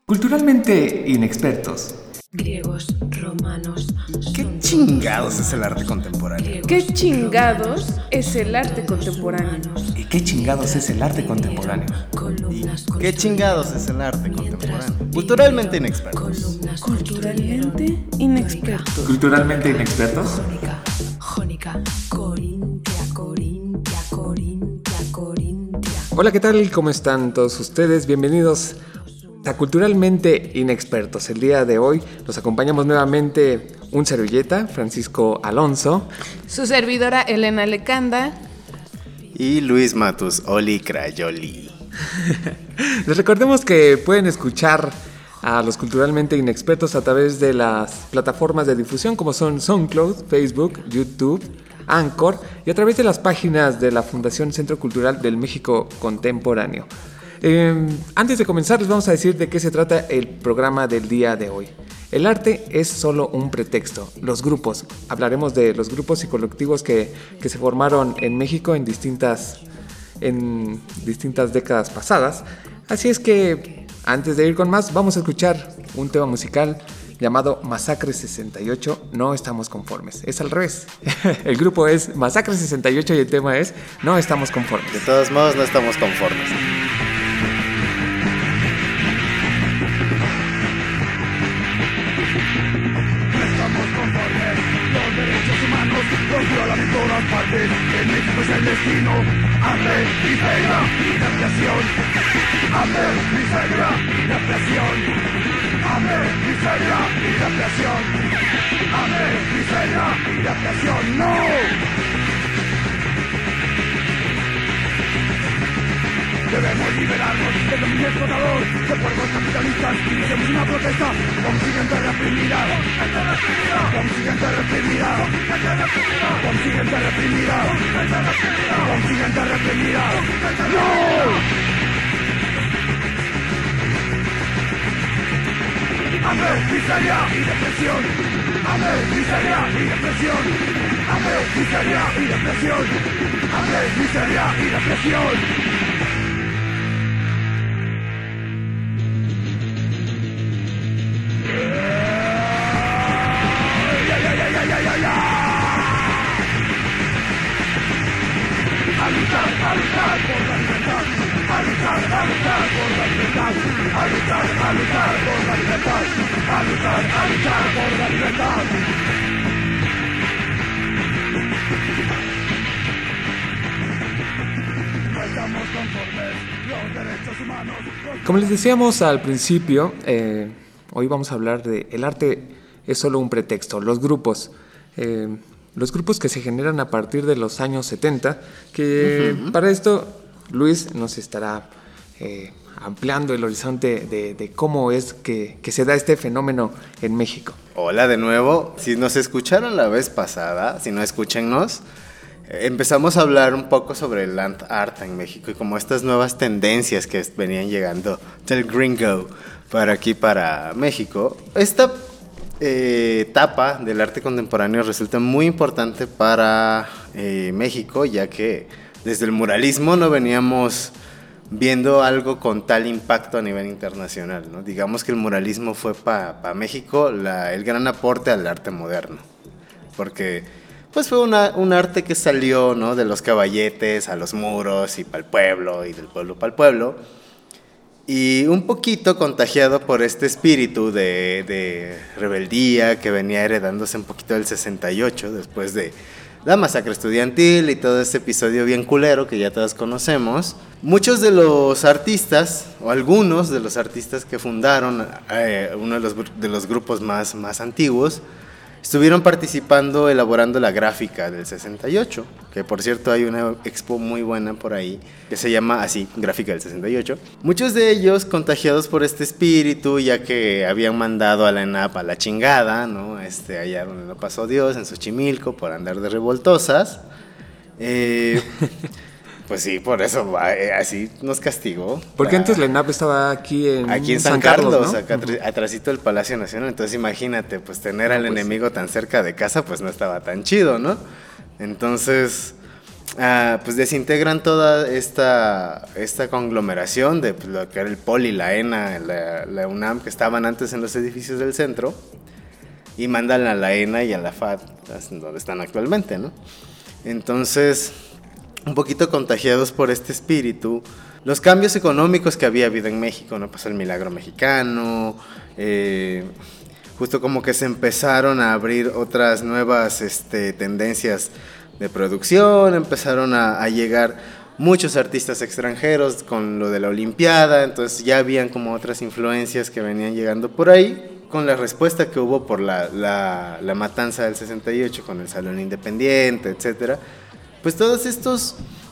Culturalmente inexpertos. Griegos, romanos. ¿Qué chingados es el arte contemporáneo? ¿Qué chingados es el arte contemporáneo? ¿Y qué chingados es el arte contemporáneo? ¿Y qué chingados es el arte contemporáneo? Culturalmente inexpertos. Culturalmente inexpertos. ¿Culturalmente inexpertos? Jónica, Corintia, Corintia, Corintia, Corintia. Hola, ¿qué tal? ¿Cómo están todos ustedes? Bienvenidos a Culturalmente Inexpertos. El día de hoy nos acompañamos nuevamente un servilleta, Francisco Alonso. Su servidora Elena Lecanda. Y Luis Matus, Oli Crayoli. Les recordemos que pueden escuchar a los Culturalmente Inexpertos a través de las plataformas de difusión como son SoundCloud, Facebook, YouTube, Anchor y a través de las páginas de la Fundación Centro Cultural del México Contemporáneo. Antes de comenzar les vamos a decir de qué se trata el programa del día de hoy. El arte es solo un pretexto. Los grupos, hablaremos de los grupos y colectivos que se formaron en México en distintas décadas pasadas. Así es que antes de ir con más, vamos a escuchar un tema musical llamado Masacre 68, No Estamos Conformes. Es al revés. El grupo es Masacre 68 y el tema es No Estamos Conformes. De todos modos, no estamos conformes. Los violan en todas partes. En México es el destino. Hambre, miseria y represión. Hambre, miseria y represión. Hambre, miseria y represión. Hambre, miseria y represión. ¡No! Debemos liberarnos del dominio explotador de puercos capitalistas. Iniciamos una protesta consiguiente reprimida. Consiguiente reprimida. Consiguiente reprimida. Consiguiente reprimida. ¡No! Hambre, miseria y depresión. Hambre, miseria y depresión. Hambre, miseria y depresión. Hambre, miseria y depresión. A luchar por la libertad, a luchar por la libertad, a luchar por la libertad, a luchar por la libertad. No estamos conformes, los derechos humanos. Como les decíamos al principio, hoy vamos a hablar de el arte es solo un pretexto, los grupos. Los grupos que se generan a partir de los años 70, que para esto Luis nos estará ampliando el horizonte de cómo es que se da este fenómeno en México. Hola de nuevo. Si nos escucharon la vez pasada, si no, escúchennos. Empezamos a hablar un poco sobre el land art en México y como estas nuevas tendencias que venían llegando del gringo para aquí, para México. Esta etapa del arte contemporáneo resulta muy importante para México, ya que desde el muralismo no veníamos viendo algo con tal impacto a nivel internacional, ¿no? Digamos que el muralismo fue para México el gran aporte al arte moderno, porque pues fue un arte que salió, ¿no?, de los caballetes a los muros y para el pueblo y del pueblo para el pueblo. Y un poquito contagiado por este espíritu de rebeldía que venía heredándose un poquito del 68, después de la masacre estudiantil y todo este episodio bien culero que ya todos conocemos. Muchos de los artistas, o algunos de los artistas que fundaron uno de los grupos más antiguos, estuvieron participando elaborando la gráfica del 68, que por cierto hay una expo muy buena por ahí que se llama así, Gráfica del 68. Muchos de ellos contagiados por este espíritu, ya que habían mandado a la ENAP a la chingada, ¿no? Allá donde no pasó Dios, en Xochimilco, por andar de revoltosas. Pues sí, por eso así nos castigó. Porque antes la ENAP estaba aquí en San Carlos, ¿no? acá atrásito del Palacio Nacional. Entonces imagínate, pues tener al enemigo tan cerca de casa, pues no estaba tan chido, ¿no? Entonces, pues desintegran toda esta conglomeración de pues, lo que era el Poli, la ENA, la UNAM, que estaban antes en los edificios del centro, y mandan a la ENA y a la FAD, donde están actualmente, ¿no? Entonces, un poquito contagiados por este espíritu, los cambios económicos que había habido en México, ¿no? Pasó el milagro mexicano, justo como que se empezaron a abrir otras nuevas tendencias de producción, empezaron a llegar muchos artistas extranjeros con lo de la Olimpiada, entonces ya habían como otras influencias que venían llegando por ahí, con la respuesta que hubo por la matanza del 68, con el Salón Independiente, etcétera. Pues todos estos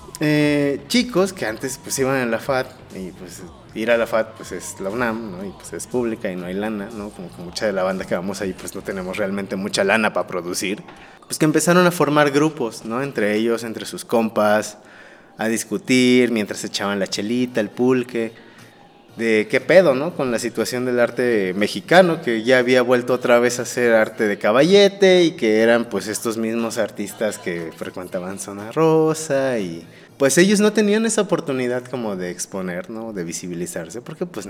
chicos que antes pues iban a la FAD, y pues ir a la FAD pues es la UNAM, ¿no? Y pues es pública y no hay lana, ¿no? Como que mucha de la banda que vamos ahí pues no tenemos realmente mucha lana para producir, pues que empezaron a formar grupos, ¿no? Entre ellos, entre sus compas, a discutir mientras echaban la chelita, el pulque, de qué pedo, ¿no? Con la situación del arte mexicano, que ya había vuelto otra vez a ser arte de caballete, y que eran pues estos mismos artistas que frecuentaban Zona Rosa, y pues ellos no tenían esa oportunidad como de exponer, ¿no? De visibilizarse, porque pues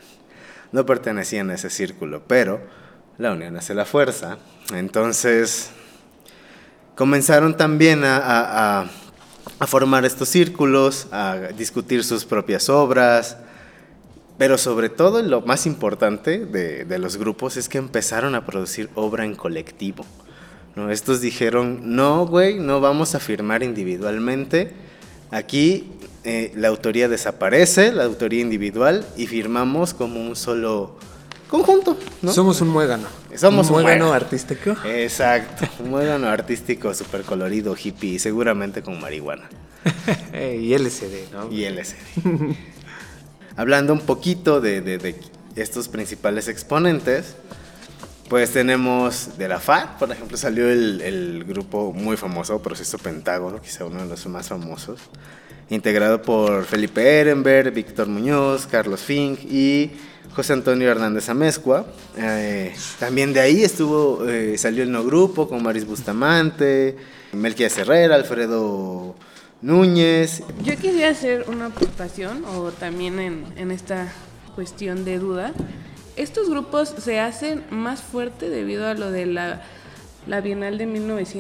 no pertenecían a ese círculo, pero la unión hace la fuerza. Entonces comenzaron también a formar estos círculos, a discutir sus propias obras, pero sobre todo lo más importante de los grupos es que empezaron a producir obra en colectivo, ¿no? Estos dijeron, no, güey, no vamos a firmar individualmente, aquí la autoría desaparece, la autoría individual, y firmamos como un solo conjunto, ¿no? Somos un muégano. Somos un muégano artístico. Exacto, un muégano artístico súper colorido, hippie, seguramente con marihuana. Y LSD, ¿no? Y LSD. Hablando un poquito de estos principales exponentes, pues tenemos de la FAD, por ejemplo, salió el grupo muy famoso, Proceso Pentágono, quizá uno de los más famosos, integrado por Felipe Ehrenberg, Víctor Muñoz, Carlos Fink y José Antonio Hernández Amezcua. También de ahí salió el no grupo con Maris Bustamante, Melquiades Herrera, Alfredo Núñez. Yo quisiera hacer una aportación, o también en esta cuestión de duda. Estos grupos se hacen más fuerte debido a lo de la Bienal de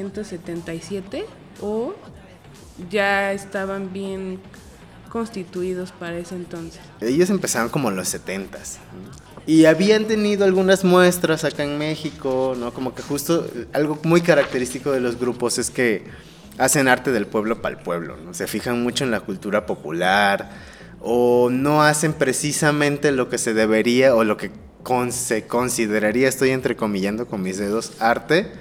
1977, o ya estaban bien constituidos para ese entonces. Ellos empezaron como en los 70s, ¿no? Y habían tenido algunas muestras acá en México, ¿no? Como que justo algo muy característico de los grupos es que hacen arte del pueblo para el pueblo, ¿no? Se fijan mucho en la cultura popular, o no hacen precisamente lo que se debería o lo que se consideraría, estoy entrecomillando con mis dedos, arte,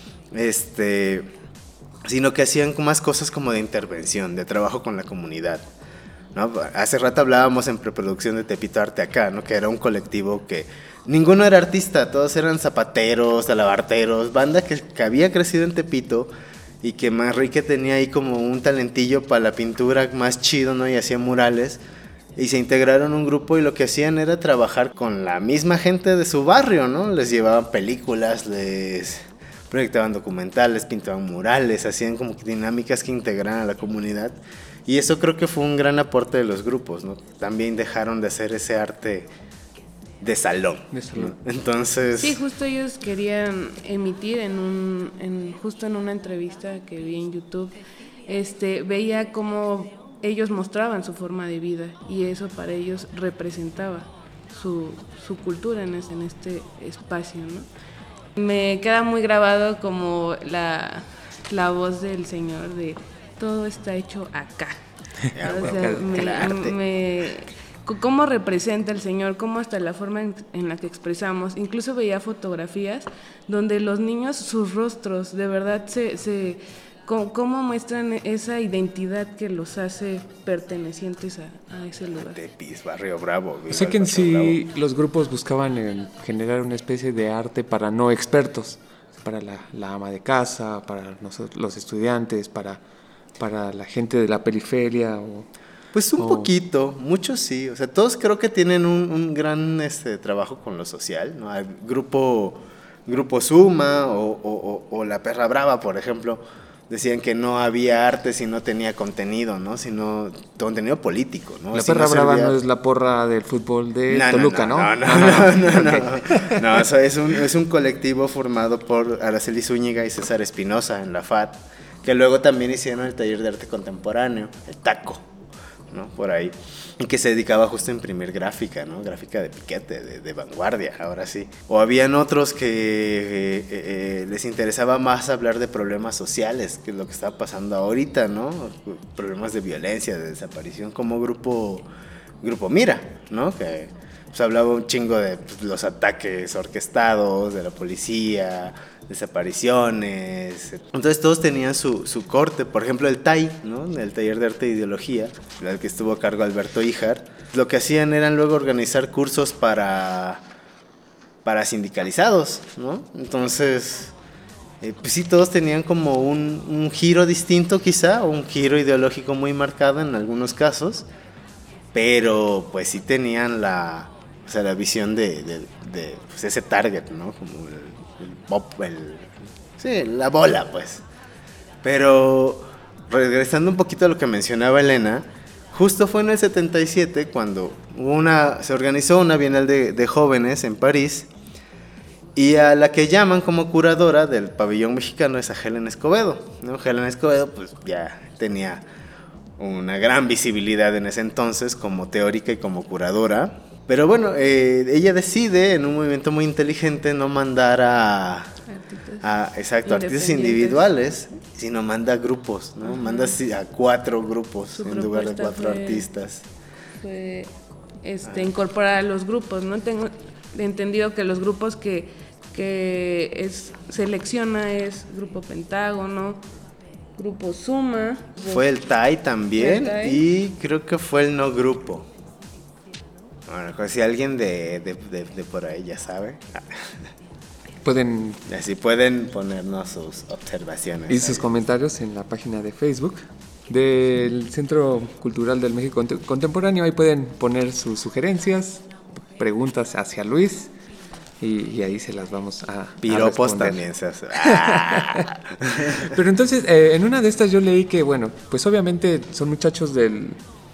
sino que hacían más cosas como de intervención, de trabajo con la comunidad, ¿no? Hace rato hablábamos en preproducción de Tepito Arte Acá, ¿no? Que era un colectivo que ninguno era artista, todos eran zapateros, talabarteros, banda que había crecido en Tepito, y que Manrique tenía ahí como un talentillo para la pintura más chido, ¿no? Y hacía murales, y se integraron a un grupo, y lo que hacían era trabajar con la misma gente de su barrio, ¿no? Les llevaban películas, les proyectaban documentales, pintaban murales, hacían como dinámicas que integraran a la comunidad, y eso creo que fue un gran aporte de los grupos, ¿no? También dejaron de hacer ese arte de salón. ¿No? Entonces... Sí, justo ellos querían emitir justo en una entrevista que vi en YouTube, veía cómo ellos mostraban su forma de vida, y eso para ellos representaba su cultura en este espacio, ¿no? Me queda muy grabado como la voz del señor de todo está hecho acá. O sea, cómo representa el señor, cómo hasta la forma en la que expresamos. Incluso veía fotografías donde los niños, sus rostros, de verdad cómo muestran esa identidad que los hace pertenecientes a ese lugar. Tepis, Barrio Bravo. Sé que en sí los grupos buscaban generar una especie de arte para no expertos, para la ama de casa, para nosotros, los estudiantes, para la gente de la periferia. Pues un poquito, muchos sí. O sea, todos creo que tienen un gran trabajo con lo social, ¿no? Grupo Suma o La Perra Brava, por ejemplo, decían que no había arte si no tenía contenido, ¿no? Sino contenido político, ¿no? La Si Perra no Brava servía- no es la porra del fútbol de No, Toluca, ¿no? No, eso es un colectivo formado por Araceli Zúñiga y César Espinosa en la FAT, que luego también hicieron el taller de arte contemporáneo, el TACO, ¿no? Por ahí. Y que se dedicaba justo a imprimir gráfica, ¿no? Gráfica de piquete, de vanguardia, ahora sí. O habían otros que les interesaba más hablar de problemas sociales, que es lo que está pasando ahorita, ¿no? Problemas de violencia, de desaparición, como grupo Mira, ¿no? Que pues, hablaba un chingo de pues, los ataques orquestados, de la policía, desapariciones. Entonces todos tenían su corte. Por ejemplo, el TAI, ¿no? El taller de arte e ideología, del que estuvo a cargo Alberto Híjar. Lo que hacían eran luego organizar cursos para sindicalizados, ¿no? Entonces, pues sí, todos tenían como un giro distinto quizá, o un giro ideológico muy marcado en algunos casos, pero pues sí tenían la visión de pues, ese target, ¿no? Como el pop, sí, la bola, pues. Pero regresando un poquito a lo que mencionaba Elena, justo fue en el 77 cuando se organizó una Bienal de jóvenes en París, y a la que llaman como curadora del pabellón mexicano es a Helen Escobedo, ¿no? Helen Escobedo pues ya tenía una gran visibilidad en ese entonces como teórica y como curadora. Pero bueno, ella decide en un movimiento muy inteligente no mandar a artistas individuales, sino manda grupos, ¿no? Manda a 4 grupos Su en lugar de 4 propuesta artistas. Fue incorporar a los grupos, ¿no? Tengo entendido que los grupos que selecciona es Grupo Pentágono, Grupo Suma. Fue el TAI también, El TAI. y creo que fue el no grupo. Bueno, pues si alguien de por ahí ya sabe, Pueden así pueden ponernos sus observaciones. y sus ahí. comentarios en la página de Facebook del Centro Cultural del México Contemporáneo. Ahí pueden poner sus sugerencias, preguntas hacia Luis, y ahí se las vamos a Piropos responder. también se hace. Pero entonces, en una de estas yo leí que, bueno, pues obviamente son muchachos de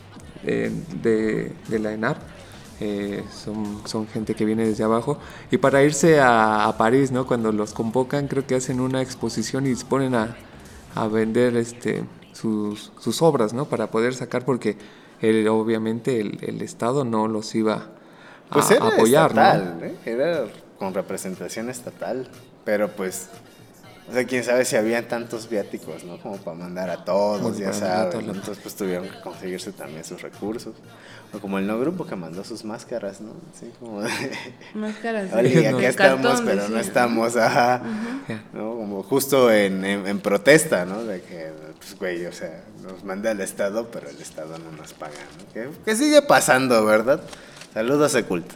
la ENAP, son gente que viene desde abajo, y para irse a París, ¿no? Cuando los convocan, creo que hacen una exposición y se ponen a vender sus obras, ¿no? Para poder sacar, porque obviamente el Estado no los iba a Pues era apoyar, estatal, ¿no? Era con representación estatal, pero pues, o sea, quién sabe si habían tantos viáticos, ¿no? Como para mandar a todos, Como ya para mandar a saben. todos los- Entonces pues tuvieron que conseguirse también sus recursos. O como el no grupo que mandó sus máscaras, ¿no? Así como de, Máscaras oye, de aquí cartón, estamos, pero no decía. estamos, ajá. Ya. ¿No? Como justo en protesta, ¿no? De que, pues, güey, o sea, nos manda el Estado, pero el Estado no nos paga, ¿no? Que sigue pasando, ¿verdad? Saludos a Culto.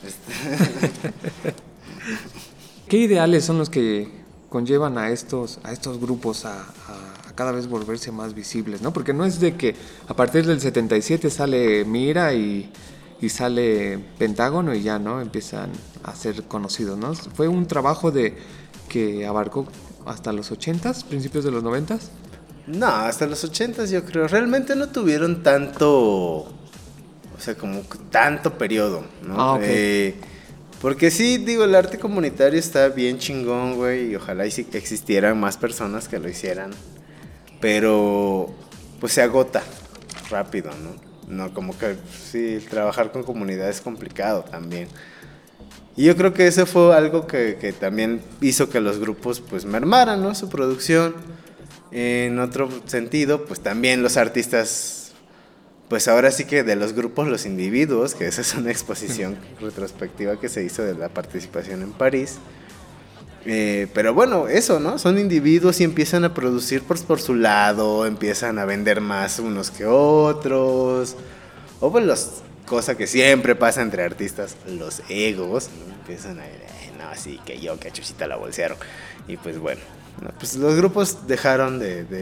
¿Qué ideales son los que conllevan a estos grupos a cada vez volverse más visibles, ¿no? Porque no es de que a partir del 77 sale Mira y sale Pentágono y ya, ¿no? Empiezan a ser conocidos, ¿no? Fue un trabajo que abarcó hasta los 80s, principios de los 90s. No, hasta los 80s yo creo. Realmente no tuvieron tanto, o sea, como tanto periodo, ¿no? Ah, ok. Porque sí, digo, el arte comunitario está bien chingón, güey, y ojalá y sí que existieran más personas que lo hicieran. Pero, pues se agota rápido, ¿no? No, como que sí, trabajar con comunidad es complicado también. Y yo creo que eso fue algo que también hizo que los grupos pues mermaran, ¿no? Su producción. En otro sentido, pues también los artistas, pues ahora sí que de los grupos, los individuos, que esa es una exposición retrospectiva que se hizo de la participación en París. Pero bueno, eso, ¿no? Son individuos y empiezan a producir por su lado, empiezan a vender más unos que otros. O pues cosa que siempre pasa entre artistas, los egos, ¿no? Empiezan a no, sí, que yo, que a Chuchita la bolsearon. Y pues bueno, ¿no? Pues los grupos dejaron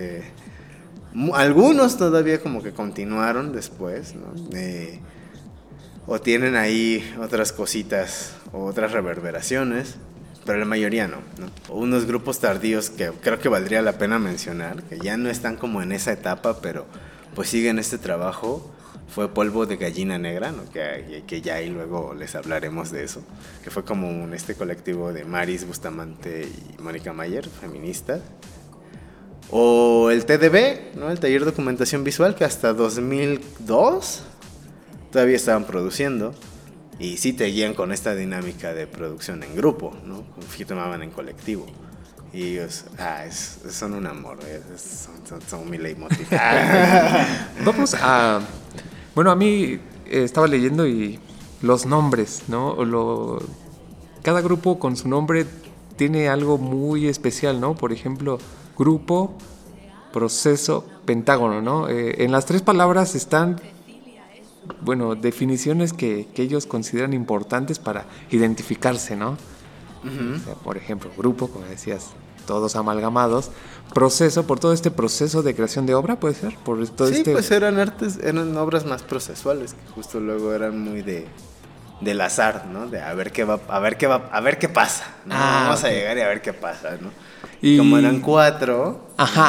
algunos todavía como que continuaron después, ¿no? O tienen ahí otras cositas o otras reverberaciones. pero la mayoría no. Unos grupos tardíos que creo que valdría la pena mencionar, que ya no están como en esa etapa, pero pues siguen este trabajo, fue Polvo de Gallina Negra, ¿no? que ya ahí luego les hablaremos de eso, que fue como este colectivo de Maris Bustamante y Mónica Mayer, feministas. O el TDB, ¿no? El Taller de Documentación Visual, que hasta 2002 todavía estaban produciendo. Y sí te guían con esta dinámica de producción en grupo, ¿no? Que tomaban en colectivo. Y ellos, son un amor, son mi leitmotiv. Vamos a... Bueno, a mí estaba leyendo y los nombres, ¿no? Cada grupo con su nombre tiene algo muy especial, ¿no? Por ejemplo, grupo, proceso, pentágono, ¿no? En las 3 palabras están, bueno, definiciones que ellos consideran importantes para identificarse, ¿no? Uh-huh. O sea, por ejemplo, grupo, como decías, todos amalgamados. Proceso, por todo este proceso de creación de obra, ¿puede ser? Por todo sí, pues eran obras más procesuales, que justo luego eran muy del azar, ¿no? De a ver qué pasa, ¿no? Vamos a llegar y a ver qué pasa, ¿no? Y como eran 4.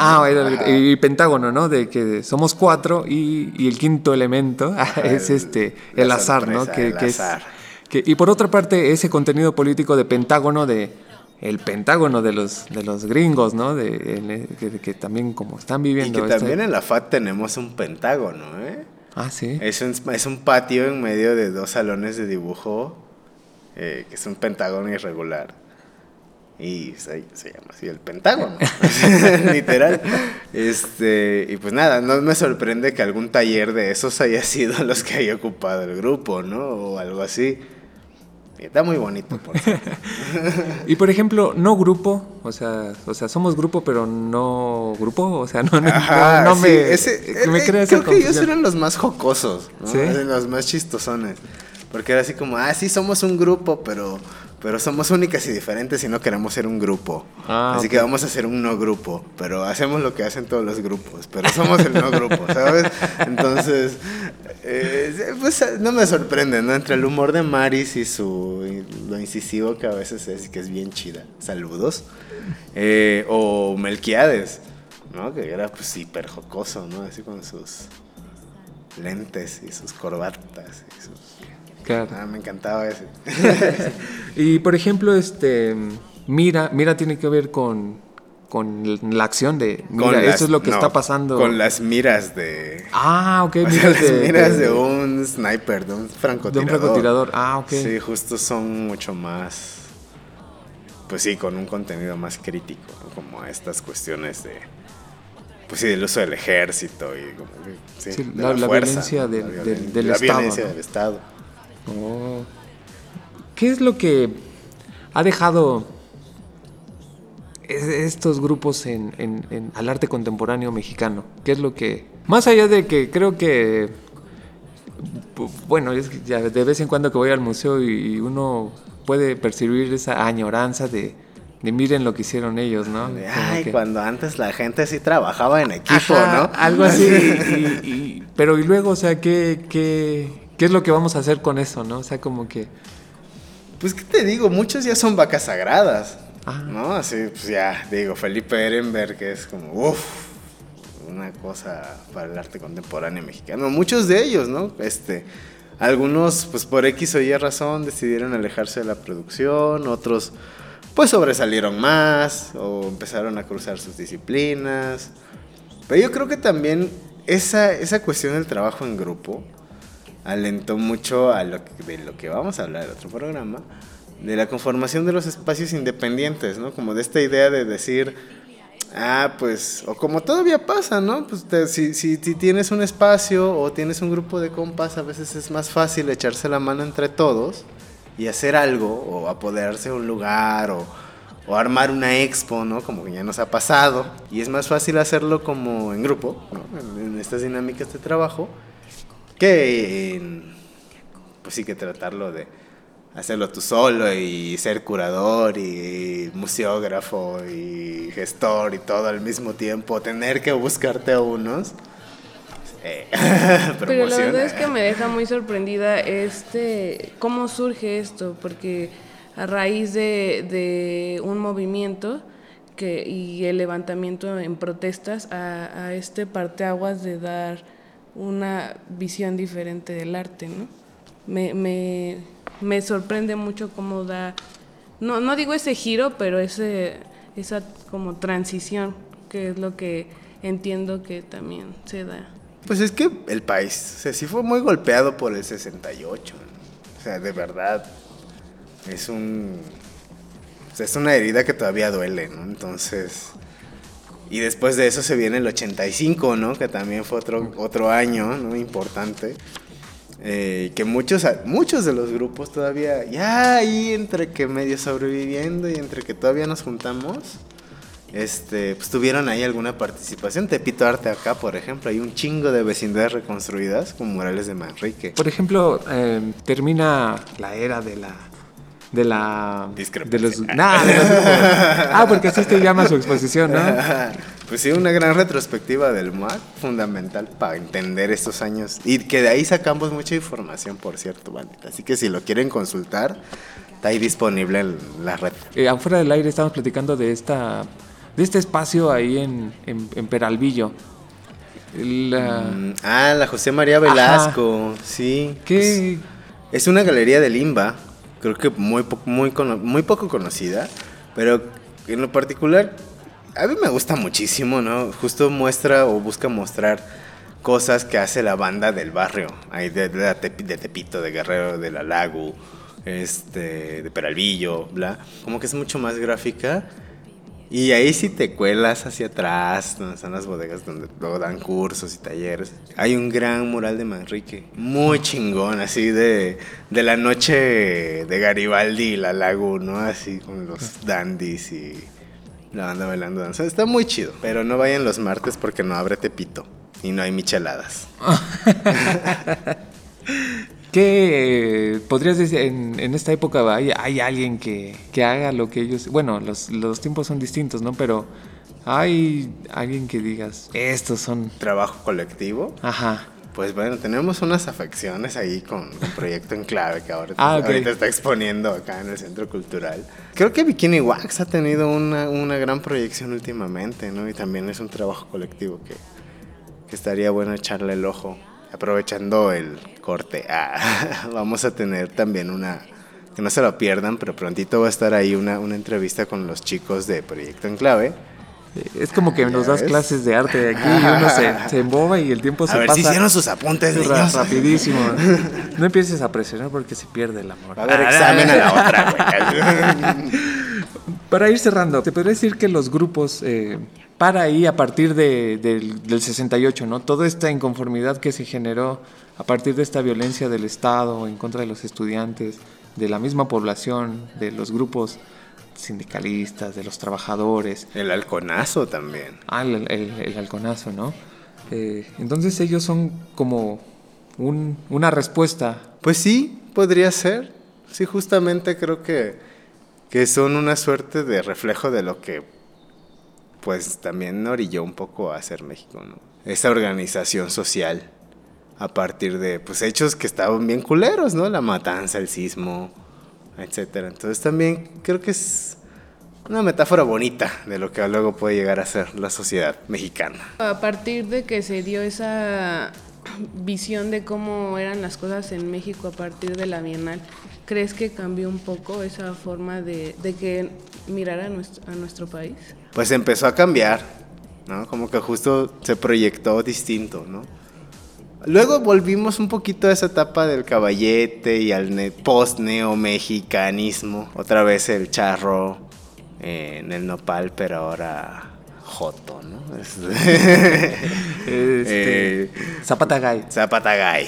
Y pentágono, ¿no? De que somos 4 y el quinto elemento es el azar, sorpresa, ¿no? Que azar. Y por otra parte, ese contenido político de pentágono el pentágono de los gringos, ¿no? Que también como están viviendo. Y que también en la FAT tenemos un pentágono, ¿eh? Ah, sí. Es un patio en medio de 2 salones de dibujo, que es un pentágono irregular. Y se llama así el pentágono, literal. Y pues nada, no me sorprende que algún taller de esos haya sido los que haya ocupado el grupo, ¿no? O algo así. Está muy bonito, por cierto. Y por ejemplo, no grupo, o sea, somos grupo, pero no grupo, o sea, no me crea esa creo que ellos eran los más jocosos, ¿no? ¿Sí? Los más chistosones. Porque era así como, sí somos un grupo, pero somos únicas y diferentes y no queremos ser un grupo. Así que vamos a ser un no grupo, pero hacemos lo que hacen todos los grupos, pero somos el no grupo, ¿sabes? Entonces, pues no me sorprende, ¿no? Entre el humor de Maris y lo incisivo que a veces es, que es bien chida. Saludos. O Melquiades, ¿no? Que era pues hiper jocoso, ¿no? Así con sus lentes y sus corbatas y sus... Claro. Me encantaba ese. Y por ejemplo, Mira tiene que ver con la acción de Mira, eso es lo que está pasando. Con las miras de... ok. Miras de un sniper, de un francotirador. De un francotirador, ok. Sí, justo son mucho más... Pues sí, con un contenido más crítico, ¿no? Como estas cuestiones de... Pues sí, del uso del ejército y como que, sí, la fuerza, violencia del la Estado. Violencia, ¿no? del Estado. ¿Qué es lo que ha dejado estos grupos al arte contemporáneo mexicano? ¿Qué es lo que, más allá de que creo que, bueno, es que ya de vez en cuando que voy al museo y uno puede percibir esa añoranza de miren lo que hicieron ellos, ¿no? Cuando antes la gente sí trabajaba en equipo, ¿no? Algo así. Pero y luego, o sea, ¿qué es lo que vamos a hacer con eso, no? O sea, como que... Pues, ¿qué te digo? Muchos ya son vacas sagradas, ¿no? Así, pues ya, digo, Felipe Ehrenberg, que es como, una cosa para el arte contemporáneo mexicano. Muchos de ellos, ¿no? Algunos, pues por X o Y razón, decidieron alejarse de la producción, otros, pues sobresalieron más, o empezaron a cruzar sus disciplinas. Pero yo creo que también esa cuestión del trabajo en grupo alentó mucho de lo que vamos a hablar en otro programa, de la conformación de los espacios independientes, ¿no? Como de esta idea de decir, pues, o como todavía pasa, ¿no? Pues si tienes un espacio o tienes un grupo de compas, a veces es más fácil echarse la mano entre todos y hacer algo, o apoderarse de un lugar, o armar una expo, ¿no? Como que ya nos ha pasado, y es más fácil hacerlo como en grupo, ¿no? En estas dinámicas de trabajo, que pues sí, que tratarlo de hacerlo tú solo y ser curador y museógrafo y gestor y todo al mismo tiempo, tener que buscarte a unos. Pero la verdad es que me deja muy sorprendida cómo surge esto, porque a raíz de un movimiento y el levantamiento en protestas a este parteaguas de dar una visión diferente del arte, ¿no? Me sorprende mucho cómo da, no digo ese giro, pero esa como transición, que es lo que entiendo que también se da. Pues es que el país, o sea, sí fue muy golpeado por el 68, ¿no? O sea, de verdad, es una herida que todavía duele, ¿no? Entonces, y después de eso se viene el 85, ¿no? Que también fue otro año, ¿no? Importante. Que muchos de los grupos todavía, ya ahí entre que medio sobreviviendo y entre que todavía nos juntamos, pues tuvieron ahí alguna participación. Tepito Arte acá, por ejemplo, hay un chingo de vecindades reconstruidas con murales de Manrique. Por ejemplo, termina la era de la discrepancia. Porque así te llama su exposición, ¿no? Pues sí, una gran retrospectiva del MUAC, fundamental para entender estos años. Y que de ahí sacamos mucha información, por cierto, bandita. Así que si lo quieren consultar, está ahí disponible en la red. Afuera del aire estamos platicando de este espacio ahí en Peralvillo. La José María Velasco. Ajá. Sí. ¿Qué? Pues, es una galería de Limba. Creo que muy poco conocida, pero en lo particular a mí me gusta muchísimo, ¿no? Justo muestra o busca mostrar cosas que hace la banda del barrio, ahí de Tepito, de Guerrero, de La Lagu, de Peralvillo, bla. Como que es mucho más gráfica. Y ahí si te cuelas hacia atrás, donde están las bodegas donde luego dan cursos y talleres, hay un gran mural de Manrique, muy chingón, así de la noche de Garibaldi y La Lagu, ¿no? Así con los dandies y la banda bailando danza. Está muy chido, pero no vayan los martes porque no abre Tepito y no hay micheladas. ¿Qué podrías decir en esta época hay alguien que haga lo que ellos... Bueno, los tiempos son distintos, ¿no? Pero hay alguien que digas, estos son... ¿Trabajo colectivo? Ajá. Pues bueno, tenemos unas afecciones ahí con Proyecto Enclave que ahorita está exponiendo acá en el Centro Cultural. Creo que Bikini Wax ha tenido una gran proyección últimamente, ¿no? Y también es un trabajo colectivo que estaría bueno echarle el ojo. Aprovechando el corte, vamos a tener también que no se lo pierdan, pero prontito va a estar ahí una entrevista con los chicos de Proyecto Enclave. Es como que nos das clases de arte de aquí y uno se emboba y el tiempo se pasa. A ver si hicieron sus apuntes, niños. Rapidísimo. No empieces a presionar porque se pierde el amor. Va a haber examen a la otra, güey. Para ir cerrando, te podría decir que los grupos... para ahí a partir del 68, ¿no? Toda esta inconformidad que se generó a partir de esta violencia del Estado en contra de los estudiantes, de la misma población, de los grupos sindicalistas, de los trabajadores. El halconazo también. El halconazo, ¿no? Entonces ellos son como una respuesta. Pues sí, podría ser. Sí, justamente creo que son una suerte de reflejo de lo que pues también orilló un poco a ser México, ¿no? Esa organización social a partir de pues hechos que estaban bien culeros, ¿no? La matanza, el sismo, etcétera. Entonces también creo que es una metáfora bonita de lo que luego puede llegar a ser la sociedad mexicana. A partir de que se dio esa visión de cómo eran las cosas en México a partir de la Bienal, ¿crees que cambió un poco esa forma de que mirar a nuestro país? Pues empezó a cambiar, ¿no? Como que justo se proyectó distinto, ¿no? Luego volvimos un poquito a esa etapa del caballete y al post-neo-mexicanismo. Otra vez el charro en el nopal, pero ahora joto, ¿no? Zapatagay.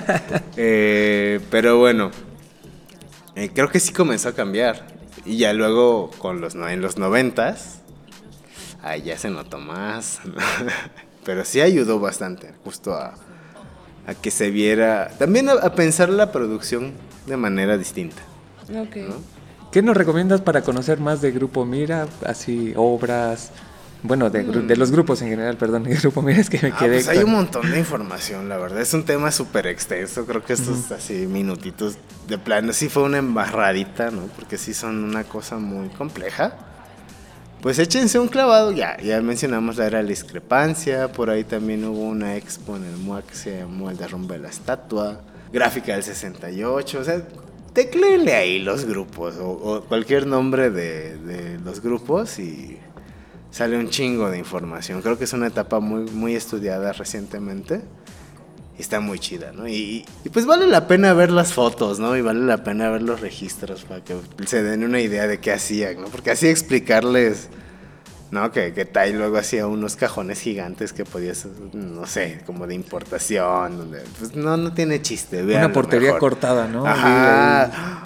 Pero bueno, creo que sí comenzó a cambiar. Y ya luego en los 90s, ahí ya se notó más. Pero sí ayudó bastante, justo a que se viera, también a pensar la producción de manera distinta. Okay. ¿No? ¿Qué nos recomiendas para conocer más de Grupo Mira? Así, obras, Bueno, de los grupos en general, perdón, el grupo, mira, es que me quedé... Pues hay un montón de información, la verdad. Es un tema súper extenso. Creo que estos así minutitos de plano sí fue una embarradita, ¿no? Porque sí son una cosa muy compleja. Pues échense un clavado, ya mencionamos la era de la discrepancia. Por ahí también hubo una expo en el MUAC que se llamó El derrumbe de la estatua. Gráfica del 68, o sea... Tecléenle ahí los grupos o cualquier nombre de los grupos y sale un chingo de información. Creo que es una etapa muy, muy estudiada recientemente y está muy chida, ¿no? Y pues vale la pena ver las fotos, ¿no? Y vale la pena ver los registros para que se den una idea de qué hacían, ¿no? Porque así explicarles, ¿no? Que Tai luego hacía unos cajones gigantes que podías, no sé, como de importación, donde, pues no tiene chiste. Una portería mejor cortada, ¿no? Ajá.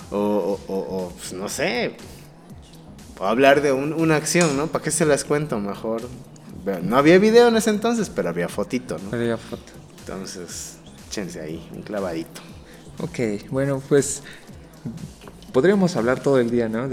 O pues no sé. O hablar de una acción, ¿no? ¿Para qué se las cuento? Mejor. No había video en ese entonces, pero había fotito, ¿no? Había foto. Entonces, échense ahí, un clavadito. Ok, bueno, pues... Podríamos hablar todo el día, ¿no?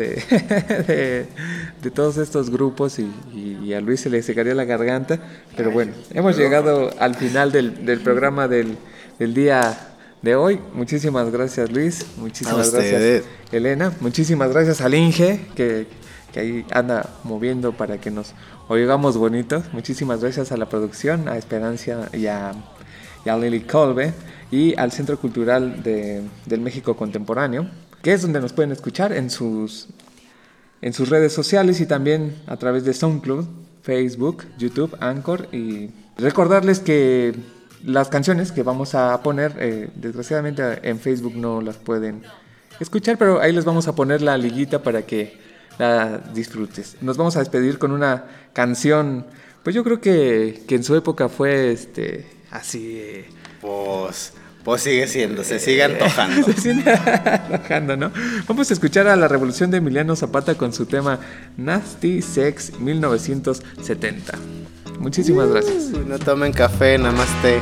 De todos estos grupos y a Luis se le secaría la garganta. Pero bueno, hemos llegado al final del programa del día de hoy. Muchísimas gracias, Luis. Muchísimas gracias, Elena. Muchísimas gracias al Inge, que ahí anda moviendo para que nos oigamos bonitos. Muchísimas gracias a la producción, a Esperanza y a Lily Colbe, y al Centro Cultural del México Contemporáneo, que es donde nos pueden escuchar en sus redes sociales y también a través de SoundCloud, Facebook, YouTube, Anchor. Y recordarles que las canciones que vamos a poner, desgraciadamente en Facebook no las pueden escuchar, pero ahí les vamos a poner la liguita para que la disfrutes. Nos vamos a despedir con una canción, pues yo creo que en su época fue así... Pues sigue siendo, se sigue antojando. Se sigue antojando, ¿no? Vamos a escuchar a La Revolución de Emiliano Zapata con su tema Nasty Sex 1970. Muchísimas gracias. No tomen café, nada más té.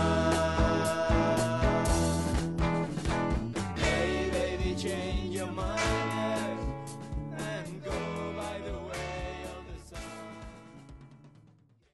Change your mind.